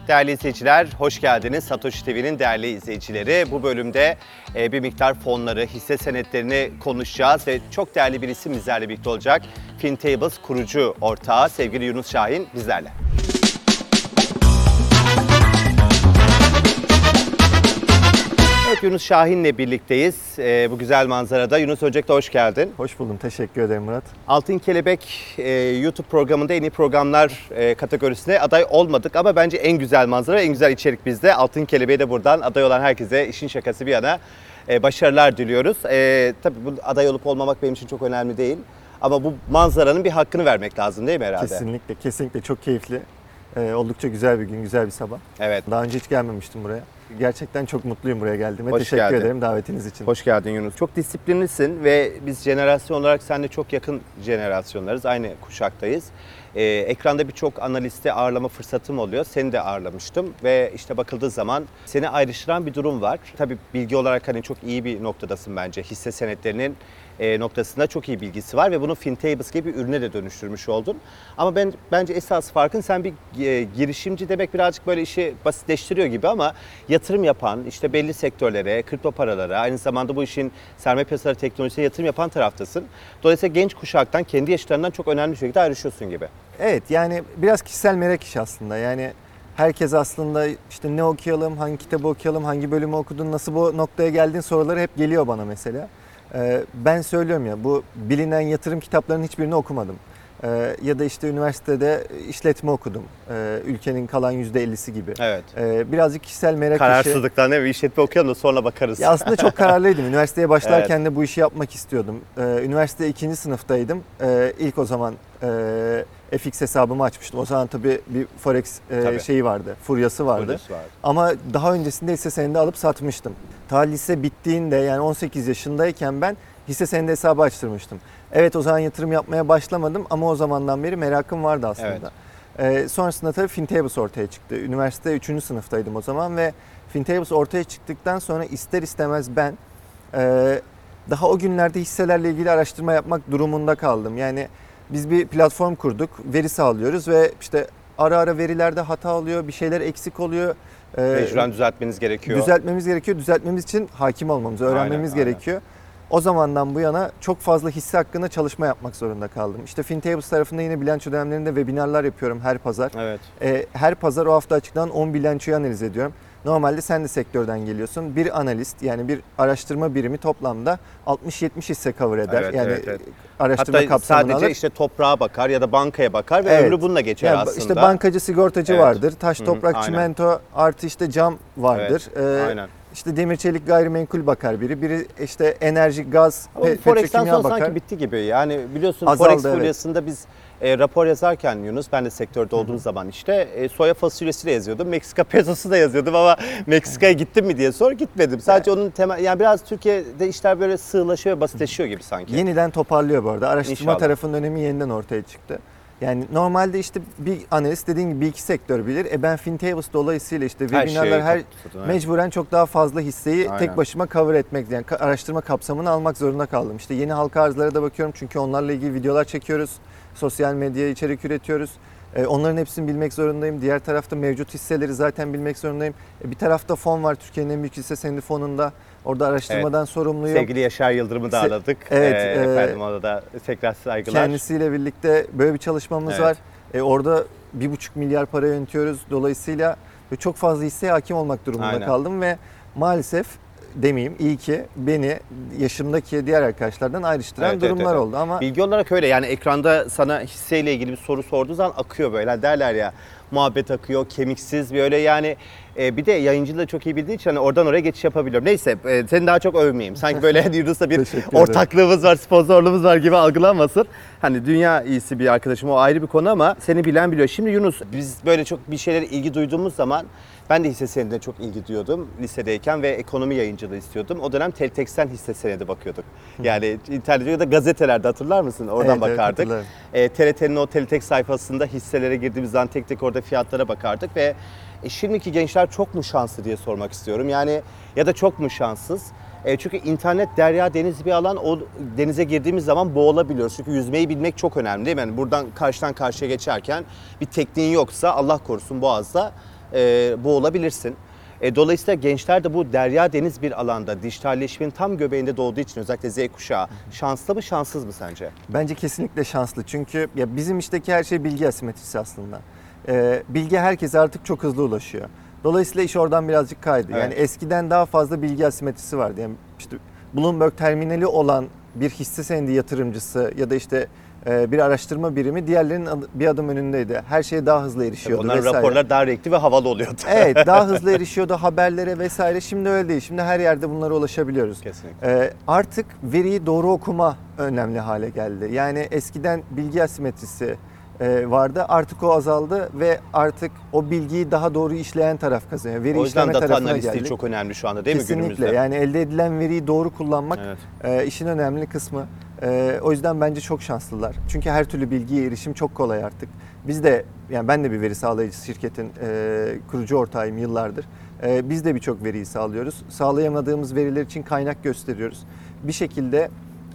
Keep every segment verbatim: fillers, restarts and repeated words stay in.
Değerli izleyiciler, hoş geldiniz. Satoshi T V'nin değerli izleyicileri. Bu bölümde bir miktar fonları, hisse senetlerini konuşacağız ve çok değerli bir isim bizlerle birlikte olacak. Fintables kurucu ortağı sevgili Yunus Şahin bizlerle. Evet, Yunus Şahin'le birlikteyiz ee, bu güzel manzarada. Yunus, öncelikle hoş geldin. Hoş buldum, teşekkür ederim Murat. Altın Kelebek e, YouTube programında en iyi programlar e, kategorisine aday olmadık ama bence en güzel manzara, en güzel içerik bizde. Altın Kelebek'e de buradan aday olan herkese işin şakası bir yana e, başarılar diliyoruz. E, tabii bu aday olup olmamak benim için çok önemli değil. Ama bu manzaranın bir hakkını vermek lazım değil mi herhalde? Kesinlikle, kesinlikle çok keyifli. Ee, oldukça güzel bir gün, güzel bir sabah. Evet. Daha önce hiç gelmemiştim buraya. Gerçekten çok mutluyum buraya geldiğime. Hoş Teşekkür geldin. ederim davetiniz için. Hoş geldin Yunus. Çok disiplinlisin ve biz jenerasyon olarak seninle çok yakın jenerasyonlarız. Aynı kuşaktayız. Ee, ekranda birçok analisti ağırlama fırsatım oluyor. Seni de ağırlamıştım ve işte bakıldığı zaman seni ayrıştıran bir durum var. Tabii bilgi olarak hani çok iyi bir noktadasın bence. Hisse senetlerinin e, noktasında çok iyi bilgisi var ve bunu Fintables gibi bir ürüne de dönüştürmüş oldun. Ama ben bence esas farkın sen bir e, girişimci demek birazcık böyle işi basitleştiriyor gibi ama yatırım yapan, işte belli sektörlere, kripto paralara, aynı zamanda bu işin sermaye piyasaları teknolojisine yatırım yapan taraftasın. Dolayısıyla genç kuşaktan, kendi yaşlarından çok önemli bir şekilde ayrışıyorsun gibi. Evet, yani biraz kişisel merak işi aslında. Yani herkes aslında işte ne okuyalım, hangi kitabı okuyalım, hangi bölümü okudun, nasıl bu noktaya geldin soruları hep geliyor bana mesela. Ee, ben söylüyorum ya, bu bilinen yatırım kitaplarının hiçbirini okumadım. Ee, ya da işte üniversitede işletme okudum. Ee, ülkenin kalan yüzde ellisi gibi. Evet. Ee, birazcık kişisel merak işi. Kararsızlıktan değil mi? İşletme okuyalım da sonra bakarız. Ya aslında çok kararlıydım. Üniversiteye başlarken evet. de bu işi yapmak istiyordum. Ee, üniversite ikinci sınıftaydım. Ee, ilk o zaman e, F X hesabımı açmıştım. O zaman tabii bir Forex e, şeyi vardı, furyası vardı. vardı. Ama daha öncesinde hisse senedi alıp satmıştım. Ta lise bittiğinde, yani on sekiz yaşındayken ben hisse senedi hesabı açtırmıştım. Evet, o zaman yatırım yapmaya başlamadım ama o zamandan beri merakım vardı aslında. Evet. Ee, sonrasında tabii Fintables ortaya çıktı. Üniversite üçüncü sınıftaydım o zaman ve Fintables ortaya çıktıktan sonra ister istemez ben e, daha o günlerde hisselerle ilgili araştırma yapmak durumunda kaldım. Yani biz bir platform kurduk, veri sağlıyoruz ve işte ara ara verilerde hata oluyor, bir şeyler eksik oluyor. Ee, Mecburen düzeltmemiz gerekiyor. Düzeltmemiz gerekiyor. Düzeltmemiz için hakim olmamız, öğrenmemiz aynen, gerekiyor. Aynen. O zamandan bu yana çok fazla hisse hakkında çalışma yapmak zorunda kaldım. İşte Fintables tarafında yine bilanço dönemlerinde webinarlar yapıyorum her pazar. Evet. Ee, her pazar o hafta açıklanan on bilançoyu analiz ediyorum. Normalde sen de sektörden geliyorsun. Bir analist, yani bir araştırma birimi toplamda altmış yetmiş hisse cover eder. Evet, yani evet, evet. araştırma hatta kapsamını sadece alır. işte toprağa bakar ya da bankaya bakar ve evet. ömrü bununla geçer yani aslında. İşte bankacı, sigortacı evet. vardır. Taş, toprak, Hı-hı, çimento artı işte cam vardır. Evet, ee, aynen. İşte demir, çelik, gayrimenkul bakar biri. Biri işte enerji, gaz, pe- petrokimya bakar. Sonra sanki bitti gibi. Yani biliyorsun azaldı, Forex evet. furyasında biz e, rapor yazarken Yunus, ben de sektörde olduğum Hı-hı. zaman işte e, soya fasulyesiyle yazıyordum. Meksika pezosu da yazıyordum ama Meksika'ya gittim mi diye sor, gitmedim. Sadece evet. onun temel, yani biraz Türkiye'de işler böyle sığlaşıyor ve basitleşiyor gibi sanki. Yeniden toparlıyor bu arada. Araştırma İnşallah. tarafının önemi yeniden ortaya çıktı. Yani normalde işte bir analist dediğin gibi bir iki sektör bilir. E ben Fintables dolayısıyla işte webinarlar her, her mecburen çok daha fazla hisseyi Aynen. tek başıma cover etmek, yani araştırma kapsamını almak zorunda kaldım. İşte yeni halka arzlara da bakıyorum çünkü onlarla ilgili videolar çekiyoruz. Sosyal medyaya içerik üretiyoruz. E onların hepsini bilmek zorundayım. Diğer tarafta mevcut hisseleri zaten bilmek zorundayım. E bir tarafta fon var, Türkiye'nin en büyük hisse senedi fonunda. Orada araştırmadan evet. sorumluyum. Sevgili Yaşar Yıldırım'ı da aradık. Evet. Ee, e, efendim ona da tekrar saygılar. Kendisiyle birlikte böyle bir çalışmamız evet. var. E, orada bir buçuk milyar para yönetiyoruz. Dolayısıyla çok fazla hisseye hakim olmak durumunda Aynen. kaldım ve maalesef demeyeyim iyi ki beni yaşımdaki diğer arkadaşlardan ayrıştıran evet, durumlar evet, evet. oldu ama bilgi olarak öyle, yani ekranda sana hisseyle ilgili bir soru sorduğu zaman akıyor böyle derler ya, muhabbet akıyor, kemiksiz böyle yani. E, bir de yayıncılığı da çok iyi bildiği için hani oradan oraya geçiş yapabiliyorum. Neyse e, seni daha çok övmeyeyim. Sanki böyle Yunus'la bir ortaklığımız var, sponsorluğumuz var gibi algılanmasın. Hani dünya iyisi bir arkadaşım, o ayrı bir konu ama seni bilen biliyor. Şimdi Yunus, biz böyle çok bir şeylere ilgi duyduğumuz zaman ben de hisse senedine çok ilgi duyuyordum lisedeyken ve ekonomi yayıncılığı istiyordum. O dönem Teltex'ten hisse senedi bakıyorduk. Yani internette ya da gazetelerde, hatırlar mısın? Oradan evet, bakardık. Evet, e, T R T'nin o Teletex sayfasında hisselere girdiğimiz zaman tek tek orada fiyatlara bakardık ve E şimdiki gençler çok mu şanslı diye sormak istiyorum. Yani ya da çok mu şanssız? E çünkü internet derya deniz bir alan, o denize girdiğimiz zaman boğulabiliyoruz. Çünkü yüzmeyi bilmek çok önemli değil mi? Yani buradan karşıdan karşıya geçerken bir tekniğin yoksa Allah korusun boğazda e, boğulabilirsin. E, dolayısıyla gençler de bu derya deniz bir alanda dijitalleşmenin tam göbeğinde doğduğu için özellikle Z kuşağı şanslı mı şanssız mı sence? Bence kesinlikle şanslı. Çünkü ya bizim işteki her şey bilgi asimetrisi aslında. Ee, bilgi herkese artık çok hızlı ulaşıyor. Dolayısıyla iş oradan birazcık kaydı. Evet. Yani eskiden daha fazla bilgi asimetrisi vardı. Yani işte Bloomberg terminali olan bir hisse senedi yatırımcısı ya da işte e, bir araştırma birimi diğerlerinin adı- bir adım önündeydi. Her şeye daha hızlı erişiyordu Onların vesaire. raporları daha renkli ve havalı oluyordu. Evet, daha hızlı erişiyordu haberlere vesaire. Şimdi öyle değil. Şimdi her yerde bunlara ulaşabiliyoruz. Kesinlikle. Ee, artık veriyi doğru okuma önemli hale geldi. Yani eskiden bilgi asimetrisi e, vardı. Artık o azaldı ve artık o bilgiyi daha doğru işleyen taraf kazanıyor. Veri O yüzden işleme data tarafına analistliği geldik. çok önemli şu anda değil mi Kesinlikle. günümüzde? Yani elde edilen veriyi doğru kullanmak Evet. e, işin önemli kısmı. E, o yüzden bence çok şanslılar. Çünkü her türlü bilgiye erişim çok kolay artık. Biz de, yani ben de bir veri sağlayıcı şirketin e, kurucu ortağıyım yıllardır. E, biz de birçok veriyi sağlıyoruz. Sağlayamadığımız veriler için kaynak gösteriyoruz. Bir şekilde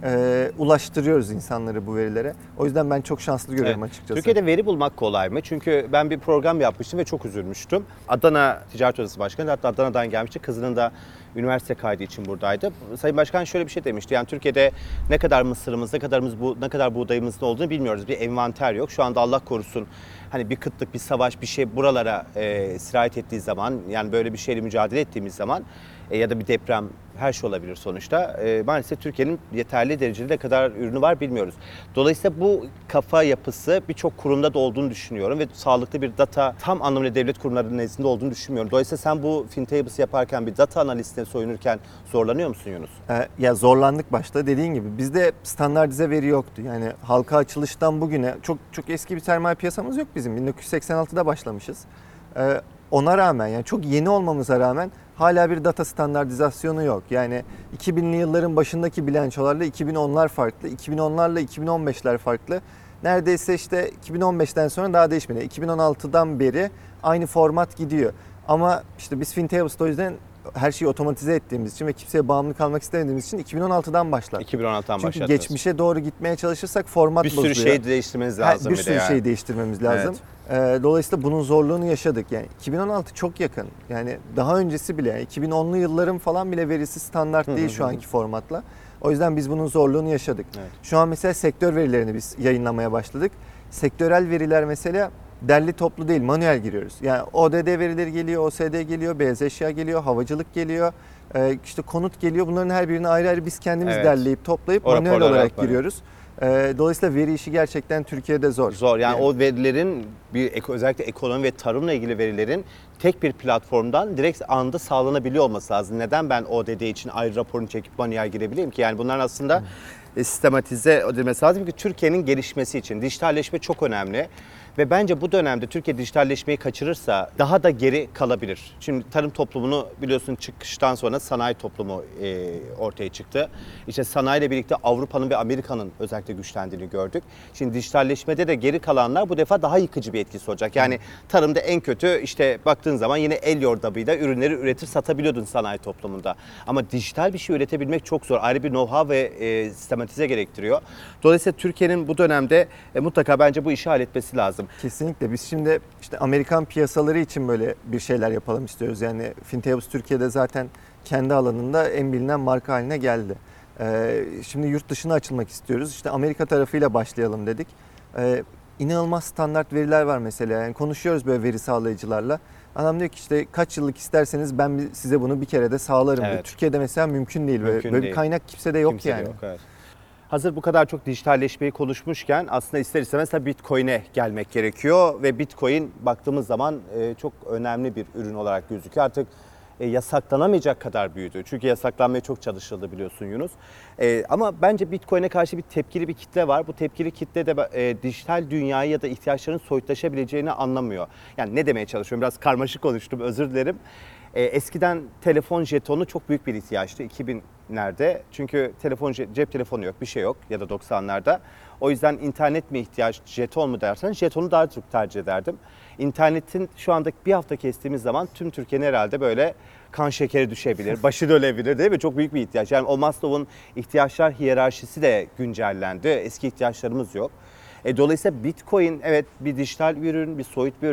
e, ulaştırıyoruz insanları bu verilere. O yüzden ben çok şanslı görüyorum Evet. açıkçası. Türkiye'de veri bulmak kolay mı? Çünkü ben bir program yapmıştım ve çok üzülmüştüm. Adana Ticaret Odası Başkanı, hatta Adana'dan gelmişti. Kızının da üniversite kaydı için buradaydı. Sayın Başkan şöyle bir şey demişti. Yani Türkiye'de ne kadar mısırımız, ne kadarımız bu, ne kadar buğdayımızın olduğunu bilmiyoruz. Bir envanter yok. Şu anda Allah korusun hani bir kıtlık, bir savaş, bir şey buralara e, sirayet ettiği zaman, yani böyle bir şeyle mücadele ettiğimiz zaman e, ya da bir deprem, her şey olabilir sonuçta. E, maalesef Türkiye'nin yeterli derecede ne kadar ürünü var bilmiyoruz. Dolayısıyla bu kafa yapısı birçok kurumda da olduğunu düşünüyorum ve sağlıklı bir data tam anlamıyla devlet kurumlarının nezdinde olduğunu düşünmüyorum. Dolayısıyla sen bu FinTables yaparken, bir data analistine soyunurken zorlanıyor musun Yunus? E, ya zorlandık başta, dediğin gibi. Bizde standartize veri yoktu. Yani halka açılıştan bugüne çok çok eski bir sermaye piyasamız yok bizim. bin dokuz yüz seksen altıda başlamışız. E, ona rağmen, yani çok yeni olmamıza rağmen hala bir data standartizasyonu yok. Yani iki binli yılların başındaki bilançolarla iki bin onlar farklı, iki bin onlarla iki bin on beşler farklı. Neredeyse işte iki bin on beşten sonra daha değişmedi. iki bin on altıdan beri aynı format gidiyor. Ama işte biz FinTables'da o yüzden her şeyi otomatize ettiğimiz için ve kimseye bağımlı kalmak istemediğimiz için iki bin on altıdan başladık. iki bin on altıdan Çünkü başlattınız. geçmişe doğru gitmeye çalışırsak format bir bozuluyor. sürü şey değiştirmeniz Her- lazım. Bir de sürü yani. şey değiştirmemiz lazım. Ee, Dolayısıyla bunun zorluğunu yaşadık. Yani iki bin on altı çok yakın. Yani daha öncesi bile, yani iki bin onlu yılların falan bile verisi standart değil şu anki formatla. O yüzden biz bunun zorluğunu yaşadık. Evet. Şu an mesela sektör verilerini biz yayınlamaya başladık. Sektörel veriler mesela derli toplu değil, manuel giriyoruz. Yani O D D verileri geliyor, O S D geliyor, beyaz eşya geliyor, havacılık geliyor, e, işte konut geliyor. Bunların her birini ayrı ayrı biz kendimiz Evet. derleyip toplayıp O manuel raporları olarak alıp, giriyoruz. E, Dolayısıyla veri işi gerçekten Türkiye'de zor. Zor. Yani, Yani- o verilerin bir ek- özellikle ekonomi ve tarımla ilgili verilerin tek bir platformdan direkt anında sağlanabiliyor olması lazım. Neden ben O D D için ayrı raporunu çekip manuel girebileyim ki? Yani bunların aslında e, sistematize edilmesi lazım ki Türkiye'nin gelişmesi için. Dijitalleşme çok önemli. Ve bence bu dönemde Türkiye dijitalleşmeyi kaçırırsa daha da geri kalabilir. Şimdi tarım toplumunu biliyorsun, çıkıştan sonra sanayi toplumu e, ortaya çıktı. İşte sanayiyle birlikte Avrupa'nın ve Amerika'nın özellikle güçlendiğini gördük. Şimdi dijitalleşmede de geri kalanlar bu defa daha yıkıcı bir etkisi olacak. Yani tarımda en kötü işte baktığın zaman yine el yordamıyla ürünleri üretir satabiliyordun sanayi toplumunda. Ama dijital bir şey üretebilmek çok zor. Ayrı bir know-how ve e, sistematize gerektiriyor. Dolayısıyla Türkiye'nin bu dönemde e, mutlaka bence bu işi halletmesi lazım. Kesinlikle. Biz şimdi işte Amerikan piyasaları için böyle bir şeyler yapalım istiyoruz. Yani FinTables Türkiye'de zaten kendi alanında en bilinen marka haline geldi. Ee, şimdi yurt dışına açılmak istiyoruz. İşte Amerika tarafıyla başlayalım dedik. Ee, inanılmaz standart veriler var mesela. Yani konuşuyoruz böyle veri sağlayıcılarla. Adam diyor ki işte kaç yıllık isterseniz ben size bunu bir kere de sağlarım diyor. Evet. Türkiye'de mesela mümkün değil. Böyle, Mümkün böyle değil. bir kaynak kimsede yok Kimse de yani. yok, evet. Hazır bu kadar çok dijitalleşmeyi konuşmuşken aslında ister istemez tabii Bitcoin'e gelmek gerekiyor ve Bitcoin baktığımız zaman e, çok önemli bir ürün olarak gözüküyor. Artık e, yasaklanamayacak kadar büyüdü. Çünkü yasaklanmaya çok çalışıldı biliyorsun Yunus. E, ama bence Bitcoin'e karşı bir tepkili bir kitle var. Bu tepkili kitle de e, dijital dünyayı ya da ihtiyaçların soyutlaşabileceğini anlamıyor. Yani ne demeye çalışıyorum? Biraz karmaşık konuştum, özür dilerim. E, eskiden telefon jetonu çok büyük bir ihtiyaçtı iki binlerde. Çünkü telefon cep telefonu yok, bir şey yok ya da doksanlarda. O yüzden internet mi ihtiyaç, jeton mu dersen jetonu daha çok tercih ederdim. İnternetin şu anda bir hafta kestiğimiz zaman tüm Türkiye'nin herhalde böyle kan şekeri düşebilir, başı dönebilir değil mi? Çok büyük bir ihtiyaç. Yani o Maslow'un ihtiyaçlar hiyerarşisi de güncellendi. Eski ihtiyaçlarımız yok. E, dolayısıyla Bitcoin evet bir dijital bir ürün, bir soyut bir ürün.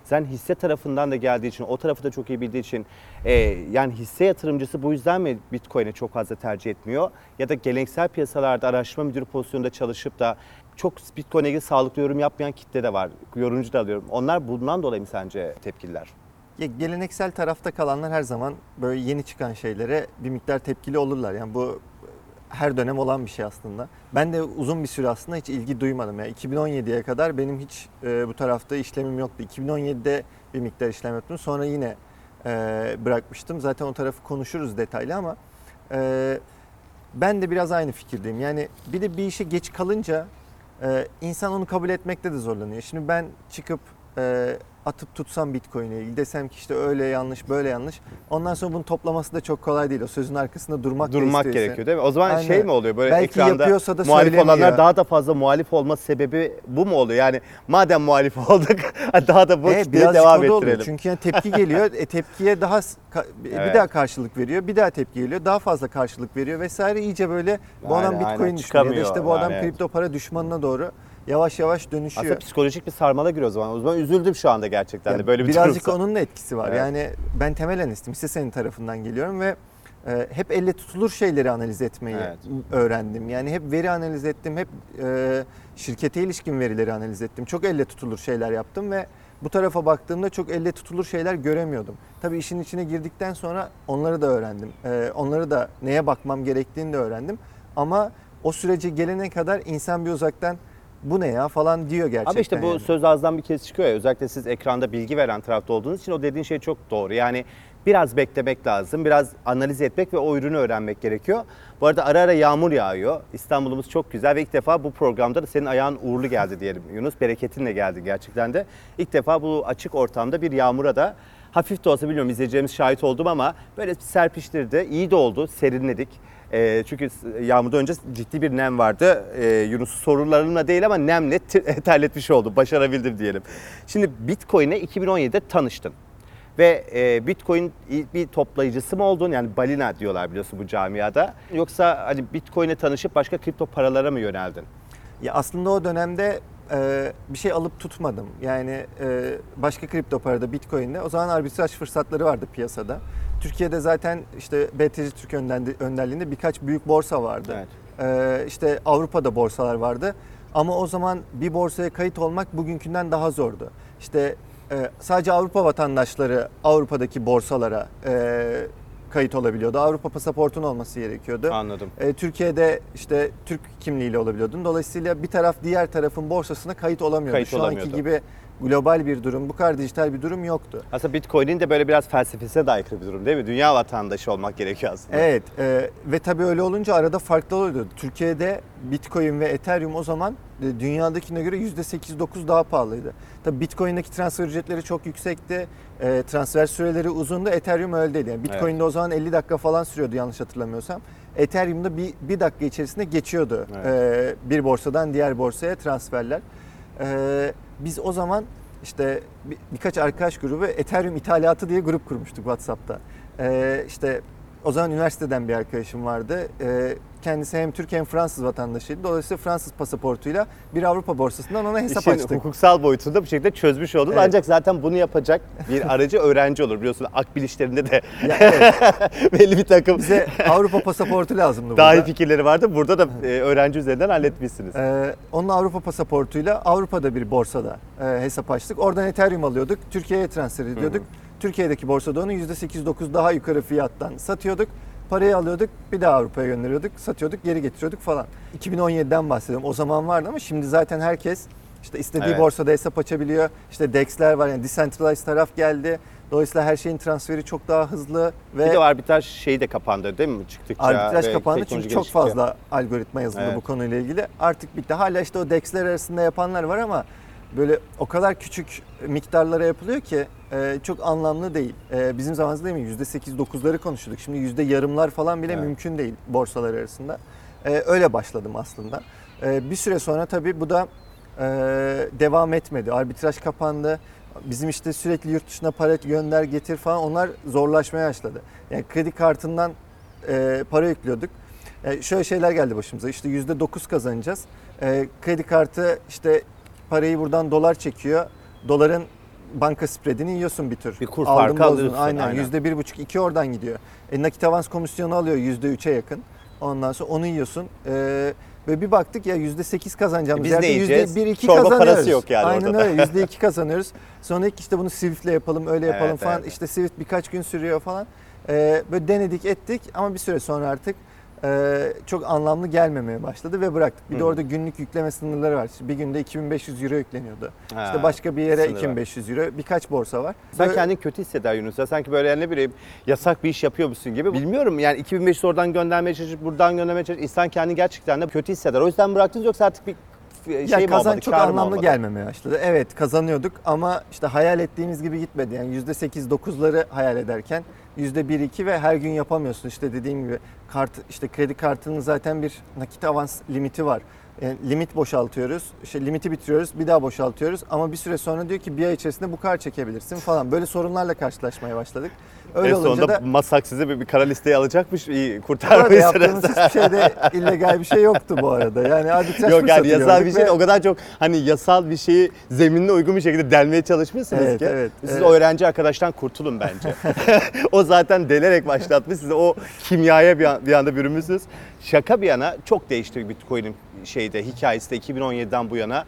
Sen hisse tarafından da geldiği için, o tarafı da çok iyi bildiği için e, yani hisse yatırımcısı bu yüzden mi Bitcoin'i çok fazla tercih etmiyor? Ya da geleneksel piyasalarda araştırma müdürü pozisyonunda çalışıp da çok Bitcoin'e ilgili sağlıklı yorum yapmayan kitle de var. Yorumcu da alıyorum. Onlar bundan dolayı mı sence tepkililer? Ya, geleneksel tarafta kalanlar her zaman böyle yeni çıkan şeylere bir miktar tepkili olurlar. Yani bu her dönem olan bir şey aslında. Ben de uzun bir süre aslında hiç ilgi duymadım. Yani iki bin on yediye kadar benim hiç e, bu tarafta işlemim yoktu. iki bin on yedide bir miktar işlem yaptım. Sonra yine e, bırakmıştım. Zaten o tarafı konuşuruz detaylı ama e, ben de biraz aynı fikirdeyim. Yani bir de bir işe geç kalınca e, insan onu kabul etmekte de zorlanıyor. Şimdi ben çıkıp e, atıp tutsam Bitcoin'e ilgili desem ki işte öyle yanlış böyle yanlış. Ondan sonra bunun toplaması da çok kolay değil. O sözün arkasında durmak, Durmak da gerekiyor değil mi? O zaman Aynen. şey mi oluyor böyle Belki ekranda yapıyorsa da muhalif söylemiyor. olanlar daha da fazla muhalif olma sebebi bu mu oluyor? Yani madem muhalif olduk daha da bu E, kitleye birazcık devam o da oluyor. ettirelim. Çünkü yani tepki geliyor. E, tepkiye daha s- ka- bir Evet. daha karşılık veriyor. Bir daha tepki geliyor. Daha fazla karşılık veriyor vesaire. İyice böyle bu Aynen, adam aynen. Bitcoin düşmanı ya da Çıkamıyor işte bu adam yani. kripto para düşmanına doğru yavaş yavaş dönüşüyor. Aslında psikolojik bir sarmala giriyor o zaman. O zaman üzüldüm şu anda gerçekten Ya de böyle bir birazcık durumsa. onun da etkisi var. Evet. Yani ben temel analistim. Hisse senin tarafından geliyorum ve e, hep elle tutulur şeyleri analiz etmeyi Evet. öğrendim. Yani hep veri analiz ettim. Hep e, şirkete ilişkin verileri analiz ettim. Çok elle tutulur şeyler yaptım ve bu tarafa baktığımda çok elle tutulur şeyler göremiyordum. Tabii işin içine girdikten sonra onları da öğrendim. E, onları da neye bakmam gerektiğini de öğrendim. Ama o sürece gelene kadar insan bir uzaktan bu ne ya falan diyor gerçekten. Ama işte bu yani. söz ağızdan bir kez çıkıyor ya. Özellikle siz ekranda bilgi veren tarafta olduğunuz için o dediğin şey çok doğru. Yani biraz beklemek lazım. Biraz analiz etmek ve o ürünü öğrenmek gerekiyor. Bu arada ara ara yağmur yağıyor. İstanbul'umuz çok güzel ve ilk defa bu programda da senin ayağın uğurlu geldi diyelim Yunus. Bereketinle geldi gerçekten de. İlk defa bu açık ortamda bir yağmura da hafif de olsa bilmiyorum izleyeceğimiz şahit oldum ama böyle bir serpiştirdi. İyi de oldu. Serinledik. E, çünkü yağmurdan önce ciddi bir nem vardı. E, Yunus sorularımla değil ama nemle terletmiş oldu. Başarabildim diyelim. Şimdi Bitcoin'e iki bin on yedide tanıştın. Ve e, Bitcoin bir toplayıcısı mı oldun? Yani balina diyorlar biliyorsun bu camiada. Yoksa hani Bitcoin'e tanışıp başka kripto paralara mı yöneldin? Ya aslında o dönemde e, bir şey alıp tutmadım. Yani e, başka kripto parada, Bitcoin'de o zaman arbitraj fırsatları vardı piyasada. Türkiye'de zaten işte B T C Türk önderliğinde birkaç büyük borsa vardı. Evet. E, işte Avrupa'da borsalar vardı. Ama o zaman bir borsaya kayıt olmak bugünkünden daha zordu. İşte e, sadece Avrupa vatandaşları Avrupa'daki borsalara e, kayıt olabiliyordu. Avrupa pasaportun olması gerekiyordu. Anladım. E, Türkiye'de işte Türk kimliğiyle olabiliyordun. Dolayısıyla bir taraf diğer tarafın borsasına kayıt olamıyordu. Kayıt Şu olamıyordu. anki gibi global bir durum, bu kadar dijital bir durum yoktu. Aslında Bitcoin'in de böyle biraz felsefesine de aykırı bir durum değil mi? Dünya vatandaşı olmak gerekiyor aslında. Evet e, ve tabii öyle olunca arada farklı oluyordu. Türkiye'de Bitcoin ve Ethereum o zaman e, dünyadakine göre yüzde sekiz dokuz daha pahalıydı. Tabii Bitcoin'deki transfer ücretleri çok yüksekti. E, transfer süreleri uzundu. Ethereum öyle değil. Yani Bitcoin'de Evet. o zaman elli dakika falan sürüyordu yanlış hatırlamıyorsam. Ethereum'da bir, bir dakika içerisinde geçiyordu Evet. e, bir borsadan diğer borsaya transferler. E, biz o zaman işte bir, birkaç arkadaş grubu Ethereum ithalatı diye grup kurmuştuk WhatsApp'ta. E, işte o zaman üniversiteden bir arkadaşım vardı. E, kendisi hem Türk hem Fransız vatandaşıydı. Dolayısıyla Fransız pasaportuyla bir Avrupa borsasından ona hesap İşin açtık. hukuksal boyutunu da bu şekilde çözmüş oldun. Evet. Ancak zaten bunu yapacak bir aracı öğrenci olur. Biliyorsun akbil işlerinde de Ya, evet, belli bir takım bize Avrupa pasaportu lazımdı daha iyi burada. fikirleri vardı. Burada da e, öğrenci üzerinden halletmişsiniz. Ee, onun Avrupa pasaportuyla Avrupa'da bir borsada e, hesap açtık. Oradan Ethereum alıyorduk, Türkiye'ye transfer ediyorduk. Türkiye'deki borsada onu yüzde sekiz dokuz daha yukarı fiyattan satıyorduk. Parayı alıyorduk, bir daha Avrupa'ya gönderiyorduk, satıyorduk, geri getiriyorduk falan. iki bin on yediden bahsediyorum. O zaman vardı ama şimdi zaten herkes işte istediği Evet. borsada hesap açabiliyor. İşte D E X'ler var, yani decentralized taraf geldi. Dolayısıyla her şeyin transferi çok daha hızlı ve Bir de o arbitraj şeyi de kapandı değil mi çıktıkça? arbitraj ve kapandı teknoloji çünkü çok geliştikçe. fazla algoritma yazıldı Evet. bu konuyla ilgili. Artık bitti. Hala işte o D E X'ler arasında yapanlar var ama böyle o kadar küçük miktarlara yapılıyor ki e, çok anlamlı değil. E, bizim zamanımızda değil mi yüzde sekiz dokuzları konuşuyorduk. Şimdi yüzde yarımlar falan bile Evet. mümkün değil borsalar arasında. E, öyle başladım aslında. E, bir süre sonra tabii bu da e, devam etmedi. Arbitraj kapandı. Bizim işte sürekli yurt dışına para gönder getir falan onlar zorlaşmaya başladı. Yani kredi kartından e, para yüklüyorduk. E, şöyle şeyler geldi başımıza. İşte yüzde dokuz kazanacağız. E, kredi kartı işte parayı buradan dolar çekiyor. Doların banka spreadini yiyorsun bir tür. Bir kur Aldın, farkı bozdun. alıyorsun, Aynen. aynen. yüzde bir buçuk iki oradan gidiyor. E, nakit avans komisyonu alıyor yüzde üçe yakın. Ondan sonra onu yiyorsun. E, ve bir baktık ya yüzde sekiz kazanacağımız E biz ne yerde yiyeceğiz? yüzde bir iki Çorba kazanıyoruz. parası yok yani Aynen ortada. öyle yüzde iki kazanıyoruz. Sonra ilk işte bunu Swift'le yapalım öyle yapalım Evet, falan. evet. İşte Swift birkaç gün sürüyor falan. E, böyle denedik ettik ama bir süre sonra artık e, çok anlamlı gelmemeye başladı ve bıraktık. Bir de Hı. orada günlük yükleme sınırları var. İşte bir günde iki bin beş yüz euro yükleniyordu. Ha, İşte başka bir yere sınırı iki bin var. beş yüz euro. Birkaç borsa var. Sen Böyle- kendini kötü hisseder Yunus ya. Sanki böyle yani ne bileyim yasak bir iş yapıyormuşsun gibi. Bilmiyorum yani iki bin beş yüz oradan göndermeye çalışıp buradan göndermeye çalışıp insan kendini gerçekten de kötü hisseder. O yüzden bıraktınız yoksa artık bir şey ya mi kazanç olmadı, çok kâr mı anlamlı olmadı? gelmemeye başladı. Evet kazanıyorduk ama işte hayal ettiğimiz gibi gitmedi. Yani yüzde sekiz dokuzları hayal ederken yüzde bir iki ve her gün yapamıyorsun. İşte dediğim gibi kart işte kredi kartının zaten bir nakit avans limiti var. Yani limit boşaltıyoruz. İşte limiti bitiriyoruz, bir daha boşaltıyoruz ama bir süre sonra diyor ki bir ay içerisinde bu kadar çekebilirsin falan. Böyle sorunlarla karşılaşmaya başladık. Öyle En olunca sonunda da Masak size bir, bir kara listeye alacakmış. İyi bu arada kurtarmayı yaptığımız hiçbir şeyde illegal bir şey yoktu bu arada. Yani arbitraj Yok yani fırsatı yasal gördük bir şey ve- o kadar çok hani yasal bir şeyi zeminine uygun bir şekilde delmeye çalışmışsınız Evet, ki. evet, Siz evet. o öğrenci arkadaştan kurtulun bence. O zaten delerek başlatmış size o kimyaya bir, an- bir anda bürünmüşsünüz. Şaka bir yana çok değişti Bitcoin'in şeyde hikayesi de iki bin on yediden bu yana.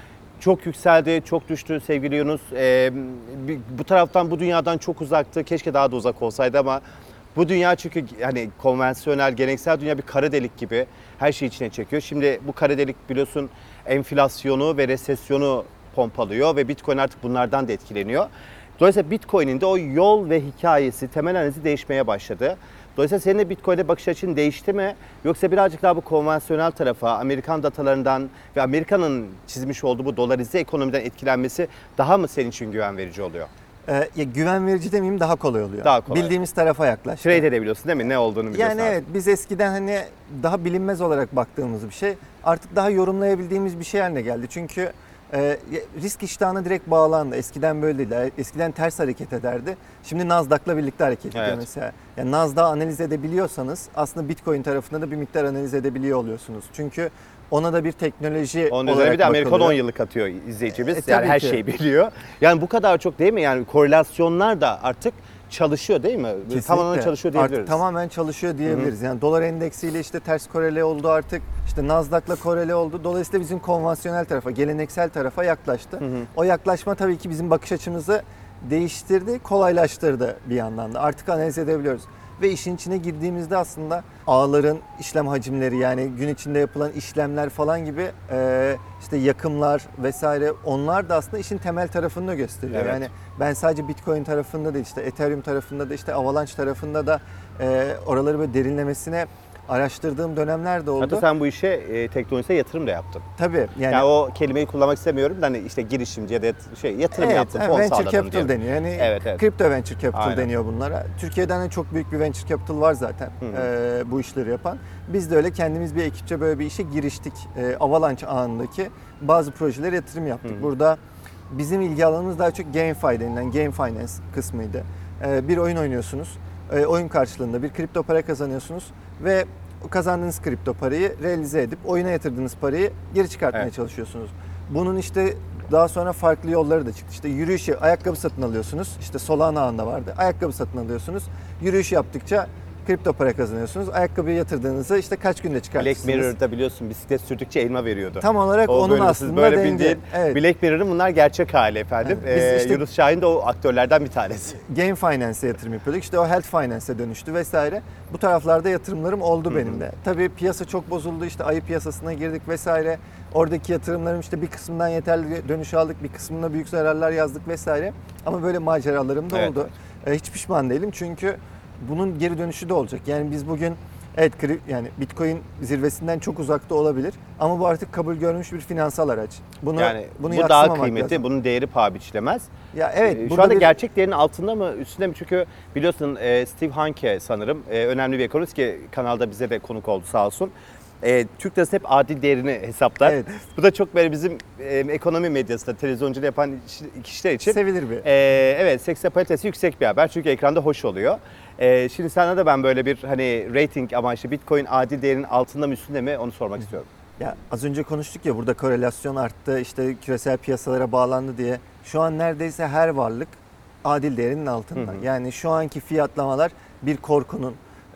Çok yükseldi, çok düştü sevgili Yunus. Ee, bir- bu taraftan, bu dünyadan çok uzaktı. Keşke daha da uzak olsaydı ama bu dünya çünkü hani konvansiyonel, geleneksel dünya bir kara delik gibi her şeyi içine çekiyor. Şimdi bu kara delik biliyorsun enflasyonu ve resesyonu pompalıyor ve Bitcoin artık bunlardan da etkileniyor. Dolayısıyla Bitcoin'in de o yol ve hikayesi, temel analizi değişmeye başladı. Dolayısıyla senin de Bitcoin'e bakış açın değişti mi? Yoksa birazcık daha bu konvansiyonel tarafa, Amerikan datalarından ve Amerika'nın çizmiş olduğu bu dolarize ekonomiden etkilenmesi daha mı senin için güven verici oluyor? Ee, ya güven verici demeyeyim daha kolay oluyor. Daha kolay. Bildiğimiz tarafa yaklaştı. Trade edebiliyorsun değil mi? Ne olduğunu biliyorsun. Yani evet biz eskiden hani daha bilinmez olarak baktığımız bir şey artık daha yorumlayabildiğimiz bir şey haline geldi. Çünkü e, risk iştahına direkt bağlandı. Eskiden böyle değildi. Eskiden ters hareket ederdi. Şimdi Nasdaq'la birlikte hareket ediyor Evet. mesela. Yani Nasdaq'ı analiz edebiliyorsanız aslında Bitcoin tarafında da bir miktar analiz edebiliyor oluyorsunuz. Çünkü ona da bir teknoloji Onun olarak üzerine bir de Amerikan bakılıyor. on yıllık atıyor izleyicimiz. E, tabii yani her ki. şeyi biliyor. Yani bu kadar çok değil mi? Yani korelasyonlar da artık çalışıyor değil mi? Kesinlikle. Tamamen çalışıyor diyebiliriz. Artık tamamen çalışıyor diyebiliriz. Yani dolar endeksiyle işte ters korele oldu artık. İşte Nasdaq'la korele oldu. Dolayısıyla bizim konvansiyonel tarafa, geleneksel tarafa yaklaştı. O yaklaşma tabii ki bizim bakış açımızı değiştirdi, kolaylaştırdı bir yandan da. Artık analiz edebiliyoruz. Ve işin içine girdiğimizde aslında ağların işlem hacimleri yani gün içinde yapılan işlemler falan gibi e, işte yakımlar vesaire onlar da aslında işin temel tarafını da gösteriyor. Evet. Yani ben sadece Bitcoin tarafında değil işte Ethereum tarafında da işte Avalanche tarafında da e, oraları böyle derinlemesine araştırdığım dönemler de oldu. Hatta sen bu işe e, teknolojisine yatırım da yaptın. Tabii yani, Yani, o kelimeyi kullanmak istemiyorum da hani işte girişimci ya da şey yatırım evet, yaptım, evet, fon venture sağladım capital diyelim. deniyor. Yani Evet, evet. kripto venture capital Aynen. deniyor bunlara. Türkiye'den de çok büyük bir venture capital var zaten Hı e, bu işleri yapan. Biz de öyle kendimiz bir ekipçe böyle bir işe giriştik. E, Avalanche ağındaki bazı projelere yatırım yaptık. Hı hı. Burada bizim ilgi alanımız daha çok GameFi denilen Game Finance kısmıydı. E, bir oyun oynuyorsunuz. E, oyun karşılığında bir kripto para kazanıyorsunuz ve o kazandığınız kripto parayı realize edip oyuna yatırdığınız parayı geri çıkartmaya Evet. çalışıyorsunuz. Bunun işte daha sonra farklı yolları da çıktı. İşte yürüyüşü, ayakkabı satın alıyorsunuz. İşte Solana ağında vardı. Ayakkabı satın alıyorsunuz. Yürüyüş yaptıkça kripto para kazanıyorsunuz. Ayakkabıya yatırdığınızı işte kaç günde Black çıkartırsınız. Mirror'da biliyorsun bisiklet sürdükçe elma veriyordu. Tam olarak O onun böyle siz aslında böyle dengi. bildiğin Evet. Black Mirror'ın bunlar gerçek hali efendim. Evet, biz Ee, işte- Yunus Şahin de o aktörlerden bir tanesi. Game Finance'e yatırım yapıyorduk. İşte o Health Finance'e dönüştü vesaire. Bu taraflarda yatırımlarım oldu benim de. Tabii piyasa çok bozuldu. İşte ayı piyasasına girdik vesaire. Oradaki yatırımlarım işte bir kısmından yeterli dönüş aldık, bir kısmında büyük zararlar yazdık vesaire. Ama böyle maceralarım da Evet, oldu. Ee, hiç pişman değilim çünkü bunun geri dönüşü de olacak. Yani biz bugün evet kri- yani Bitcoin zirvesinden çok uzakta olabilir ama bu artık kabul görmüş bir finansal araç. Bunu Yani bunu bu daha yadsımamak kıymetli, lazım. bunun değeri paha biçilemez. Ya evet, Ee, Şu burada anda bir- gerçek değerinin altında mı, üstünde mi? Çünkü biliyorsun e, Steve Hanke sanırım e, önemli bir ekonomist ki kanalda bize de konuk oldu sağ olsun. E, Türk lirası hep adil değerini hesaplar. Evet. Bu da çok böyle bizim e, ekonomi medyasında televizyonculuğu yapan kişiler için sevilir bir. e, evet seksapalitesi yüksek bir haber çünkü ekranda hoş oluyor. E, şimdi sana da ben böyle bir hani rating amaçlı Bitcoin adil değerinin altında mı üstünde mi onu sormak istiyorum. Ya az önce konuştuk ya burada korelasyon arttı, işte küresel piyasalara bağlandı diye. Şu an neredeyse her varlık adil değerinin altında. Hı hı. Yani şu anki fiyatlamalar bir korkunun,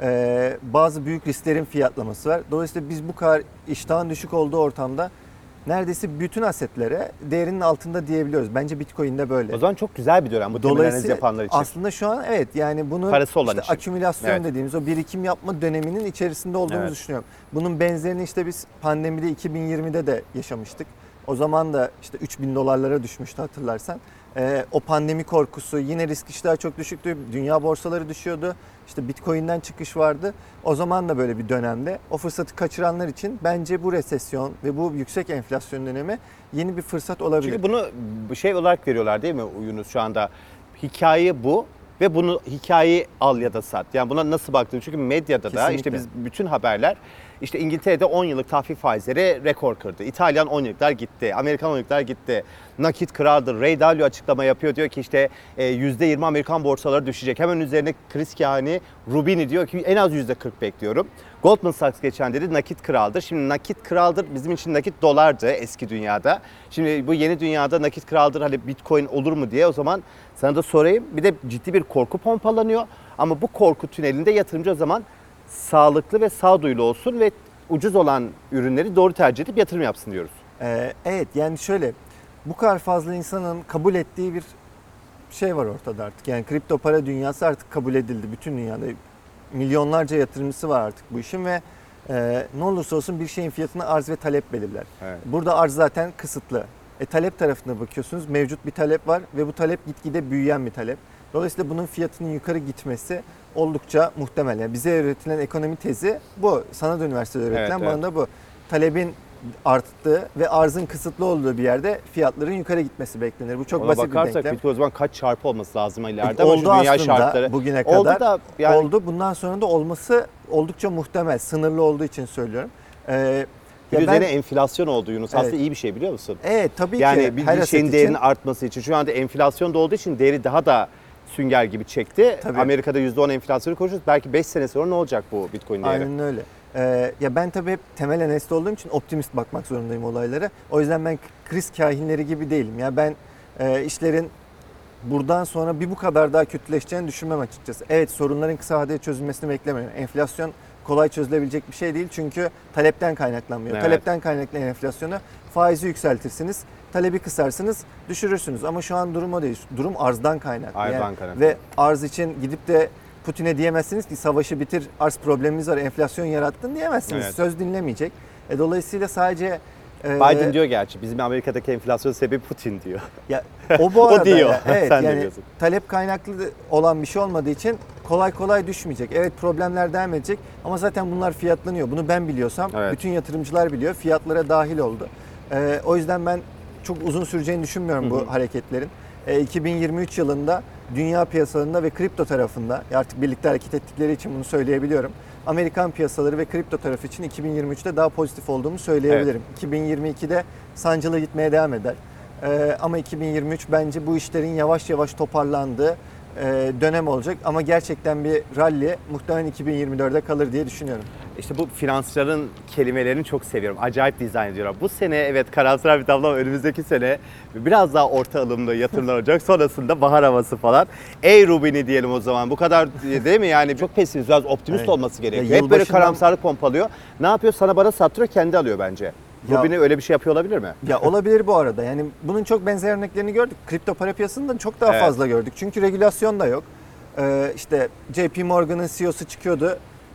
e, bazı büyük risklerin fiyatlaması var. Dolayısıyla biz bu kadar iştahın düşük olduğu ortamda neredeyse bütün asetlere değerinin altında diyebiliyoruz. Bence Bitcoin'de böyle. O zaman çok güzel bir dönem bu temel analiz Dolayısıyla yapanlar için. aslında şu an evet yani bunun Parası olan işte için. akümülasyon Evet. dediğimiz o birikim yapma döneminin içerisinde olduğumuzu Evet. düşünüyorum. Bunun benzerini işte biz pandemide iki bin yirmide de yaşamıştık. O zaman da işte üç bin dolarlara düşmüştü hatırlarsan. Ee, o pandemi korkusu, yine risk iştahı çok düşüktü. Dünya borsaları düşüyordu. İşte Bitcoin'den çıkış vardı. O zaman da böyle bir dönemde o fırsatı kaçıranlar için bence bu resesyon ve bu yüksek enflasyon dönemi yeni bir fırsat olabilir. Çünkü bunu şey olarak veriyorlar değil mi Yunus şu anda? Hikaye bu ve bunu hikayeyi al ya da sat. Yani buna nasıl baktığını çünkü medyada da Kesinlikle. işte biz bütün haberler işte İngiltere'de on yıllık tahvil faizleri rekor kırdı. İtalyan on yıllıklar gitti. Amerikan on yıllıklar gitti. Nakit kraldır. Ray Dalio açıklama yapıyor. Diyor ki işte yüzde yirmi Amerikan borsaları düşecek. Hemen üzerine Chris Kahani, Rubini diyor ki en az yüzde kırk bekliyorum. Goldman Sachs geçen dedi nakit kraldır. Şimdi nakit kraldır bizim için nakit dolardı eski dünyada. Şimdi bu yeni dünyada nakit kraldır hani Bitcoin olur mu diye o zaman sana da sorayım. Bir de ciddi bir korku pompalanıyor. Ama bu korku tünelinde yatırımcı o zaman sağlıklı ve sağduyulu olsun ve ucuz olan ürünleri doğru tercih edip yatırım yapsın diyoruz. Ee, evet yani şöyle bu kadar fazla insanın kabul ettiği bir şey var ortada artık. Yani kripto para dünyası artık kabul edildi bütün dünyada. Milyonlarca yatırımcısı var artık bu işin ve e, ne olursa olsun bir şeyin fiyatını arz ve talep belirler. Evet. Burada arz zaten kısıtlı. E, talep tarafına bakıyorsunuz mevcut bir talep var ve bu talep gitgide büyüyen bir talep. Dolayısıyla bunun fiyatının yukarı gitmesi oldukça muhtemel. Yani bize öğretilen ekonomi tezi bu. Sana da üniversitede öğretilen Evet, bana evet. da bu. Talebin arttığı ve arzın kısıtlı olduğu bir yerde fiyatların yukarı gitmesi beklenir. Bu çok Ona basit bir bakarsak denklem. Bitcoin o zaman kaç çarpı olması lazım ileride ama şu Oldu dünya aslında şartları. bugüne Oldu kadar. da yani Oldu. Bundan sonra da olması oldukça muhtemel. Sınırlı olduğu için söylüyorum. Ee, bir ya üzerine ben- enflasyon oldu Yunus. Aslında Evet. iyi bir şey biliyor musun? Evet tabii ki Yani bir, her bir aset şeyin için değerinin artması için şu anda enflasyon da olduğu için değeri daha da sünger gibi çekti. Tabii. Amerika'da yüzde on enflasyonu konuşuyoruz. Belki beş sene sonra ne olacak bu Bitcoin değeri? aynen öyle. Ee, ya ben tabii hep temel analist olduğum için optimist bakmak zorundayım olaylara. O yüzden ben kriz kahinleri gibi değilim. Ya ben e, işlerin buradan sonra bir bu kadar daha kötüleşeceğini düşünmem açıkçası. Evet sorunların kısa vadede çözülmesini beklemiyorum. Enflasyon kolay çözülebilecek bir şey değil çünkü talepten kaynaklanmıyor. Evet. Talepten kaynaklanan enflasyonu faizi yükseltirsiniz, talebi kısarsınız, düşürürsünüz. Ama şu an durum o değil. Durum arzdan kaynaklı. Arzdan Yani kaynaklı. ve arz için gidip de Putin'e diyemezsiniz ki savaşı bitir, arz problemimiz var, enflasyon yarattın diyemezsiniz. Evet. Söz dinlemeyecek. E, dolayısıyla sadece e, Biden diyor gerçi bizim Amerika'daki enflasyon sebebi Putin diyor. ya, o bu O arada diyor. ya, evet Sen ne yani diyorsun? talep kaynaklı olan bir şey olmadığı için kolay kolay düşmeyecek. Evet problemler devam edecek ama zaten bunlar fiyatlanıyor. Bunu ben biliyorsam Evet. bütün yatırımcılar biliyor. Fiyatlara dahil oldu. E, o yüzden ben çok uzun süreceğini düşünmüyorum bu Hı hı. hareketlerin. E, iki bin yirmi üç yılında dünya piyasalarında ve kripto tarafında artık birlikte hareket ettikleri için bunu söyleyebiliyorum. Amerikan piyasaları ve kripto tarafı için iki bin yirmi üçte daha pozitif olduğumu söyleyebilirim. iki bin yirmi ikide sancılı gitmeye devam eder. Ee, ama iki bin yirmi üç bence bu işlerin yavaş yavaş toparlandığı e, dönem olacak. Ama gerçekten bir rally muhtemelen iki bin yirmi dörde kalır diye düşünüyorum. İşte bu finansçıların kelimelerini çok seviyorum. Acayip dizayn ediyorlar. Bu sene evet karamsar bir tablo ama önümüzdeki sene biraz daha orta alımlı yatırımlar olacak. Sonrasında bahar havası falan. Ey Rubini diyelim o zaman. Bu kadar değil mi? Yani çok pesimist, biraz optimist Evet. olması gerekiyor. Ya Hep böyle yılbaşından- karamsarlık pompalıyor. Ne yapıyor? Sana bana sattırıyor, kendi alıyor bence. Ya- Rubini öyle bir şey yapıyor olabilir mi? Ya olabilir bu arada. Yani bunun çok benzer örneklerini gördük. Kripto para piyasasında çok daha Evet. fazla gördük. Çünkü regülasyon da yok. Ee, işte J P Morgan'ın C E O'su çıkıyordu.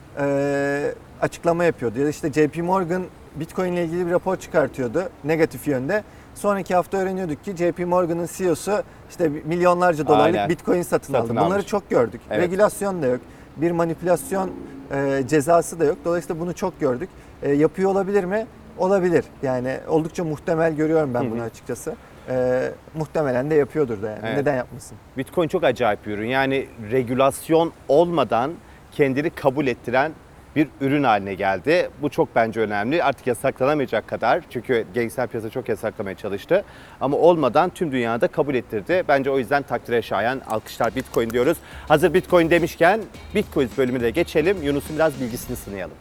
ee, açıklama yapıyordu. Ya da işte J P Morgan Bitcoin ile ilgili bir rapor çıkartıyordu negatif yönde. Sonraki hafta öğreniyorduk ki J P Morgan'ın C E O'su işte milyonlarca dolarlık Aynen. Bitcoin satın, Satın aldı. Bunları almış. çok gördük. Evet. Regülasyon da yok. Bir manipülasyon e, cezası da yok. Dolayısıyla bunu çok gördük. E, yapıyor olabilir mi? Olabilir. Yani oldukça muhtemel görüyorum ben Hı hı. bunu açıkçası. E, muhtemelen de yapıyordur da yani. Evet. Neden yapmasın? Bitcoin çok acayip bir ürün. Yani regülasyon olmadan kendini kabul ettiren bir ürün haline geldi. Bu çok bence önemli. Artık yasaklanamayacak kadar. Çünkü geleneksel piyasa çok yasaklamaya çalıştı. Ama olmadan tüm dünyada kabul ettirdi. Bence o yüzden takdire şayan alkışlar Bitcoin diyoruz. Hazır Bitcoin demişken Bitcoin bölümüne de geçelim. Yunus'un biraz bilgisini sınayalım.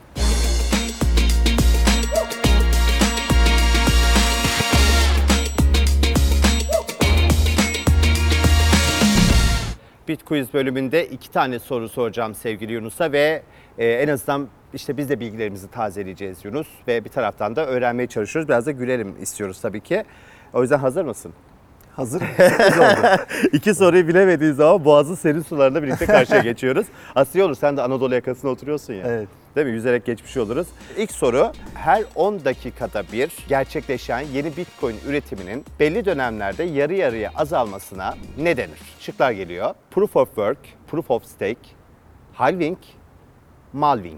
Bit Quiz bölümünde iki tane soru soracağım sevgili Yunus'a ve e, en azından işte biz de bilgilerimizi tazeleyeceğiz Yunus ve bir taraftan da öğrenmeye çalışıyoruz. Biraz da gülelim istiyoruz tabii ki. O yüzden hazır mısın? Hazırım. Sürpriz oldu. İki soruyu bilemediğin zaman Boğaz'ın serin sularında birlikte karşıya geçiyoruz. Aslında iyi olur, sen de Anadolu yakasında oturuyorsun ya. Evet. Değil mi? Yüzerek geçmiş oluruz. İlk soru, her on dakikada bir gerçekleşen yeni Bitcoin üretiminin belli dönemlerde yarı yarıya azalmasına ne denir? Şıklar geliyor. Proof of Work, Proof of Stake, Halving, Malving.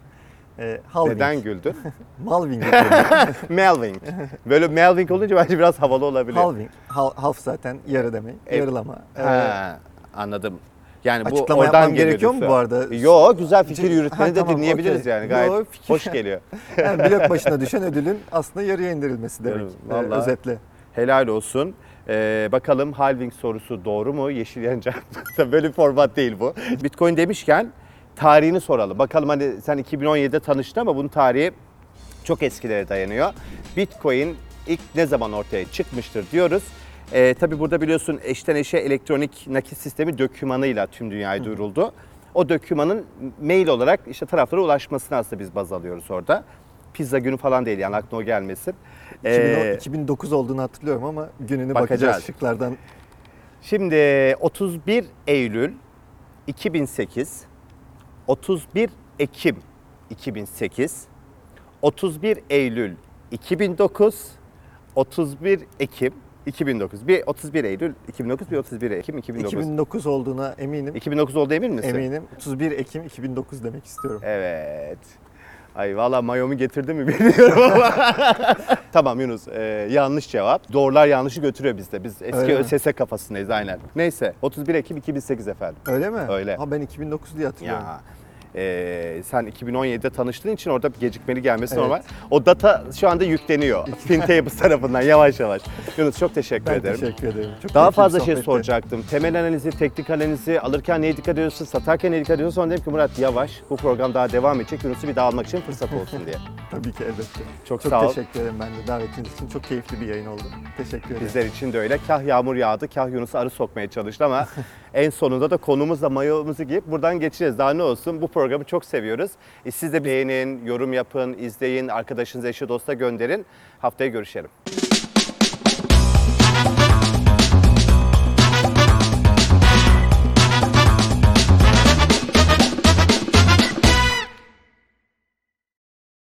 Ee, halving. Neden güldün? Malving yapıyorum. Melving. Böyle Melving olunca bence biraz havalı olabilir. Halving. Hal- half zaten yarı demek. Evet. Yarılama. Ee, Ha, anladım. Yani bu Açıklama oradan yapmam geliyor gerekiyor mu lütfen. bu arada? Yo, güzel fikir yürütmeni Ha, de tamam, dinleyebiliriz okey. yani. Gayet Yo, fikir- hoş geliyor. yani blok başına düşen ödülün aslında yarıya indirilmesi demek. Evet, Ee, vallahi. özetle. Helal olsun. Ee, bakalım halving sorusu doğru mu? Yeşil yanacak. Böyle bir format değil bu. Bitcoin demişken tarihini soralım. Bakalım, hani sen iki bin on yedide tanıştın ama bunun tarihi çok eskilere dayanıyor. Bitcoin ilk ne zaman ortaya çıkmıştır diyoruz. Ee, tabii burada biliyorsun eşten eşe elektronik nakit sistemi dokümanıyla tüm dünyaya duyuruldu. O dokümanın mail olarak işte taraflara ulaşmasını aslında biz baz alıyoruz orada. Pizza günü falan değil yani, aklına o gelmesin. Ee, iki bin dokuz olduğunu hatırlıyorum ama gününü bakacağız. bakacağız şıklardan. Şimdi otuz bir Eylül iki bin sekiz, otuz bir Ekim iki bin sekiz, otuz bir Eylül iki bin dokuz, otuz bir Ekim iki bin dokuz. Bir otuz bir Eylül iki bin dokuz, bir otuz bir Ekim iki bin dokuz. iki bin dokuz olduğuna eminim. iki bin dokuz oldu, emin misin? Eminim. otuz bir Ekim iki bin dokuz demek istiyorum. Evet. Ay valla mayomu getirdi mi bilmiyorum ama. Tamam Yunus, e, yanlış cevap. Doğrular yanlışı götürüyor bizde. Biz eski Öyle mi? ÖSS kafasındayız aynen. Neyse, otuz bir Ekim iki bin sekiz efendim. Öyle mi? Öyle. Ha, ben iki bin dokuz diye hatırlıyorum. Ya e, sen iki bin on yedide tanıştığın için orada bir gecikmeli gelmesi Evet. normal. O data şu anda yükleniyor. FinTables tarafından yavaş yavaş. Yunus çok teşekkür Ben ederim. teşekkür ederim. Çok Daha keyifli bir fazla şey sohbetti. soracaktım. Temel analizi, teknik analizi, alırken neye dikkat ediyorsun, satarken neye dikkat ediyorsun? Sonra dedim ki Murat yavaş, bu program daha devam edecek. Yunus'u bir daha almak için fırsat olsun diye. Tabii ki, elbette. Çok, Çok sağ ol. teşekkür ederim ben de davetiniz için. Çok keyifli bir yayın oldu. Teşekkür ederim. Bizler için de öyle. Kah yağmur yağdı, kah Yunus'u arı sokmaya çalıştı ama en sonunda da konumuzla mayomuzu giyip buradan geçeceğiz. Daha ne olsun, bu programı çok seviyoruz. E, siz de beğenin, yorum yapın, izleyin, arkadaşınıza, eşe, dosta gönderin. Haftaya görüşelim.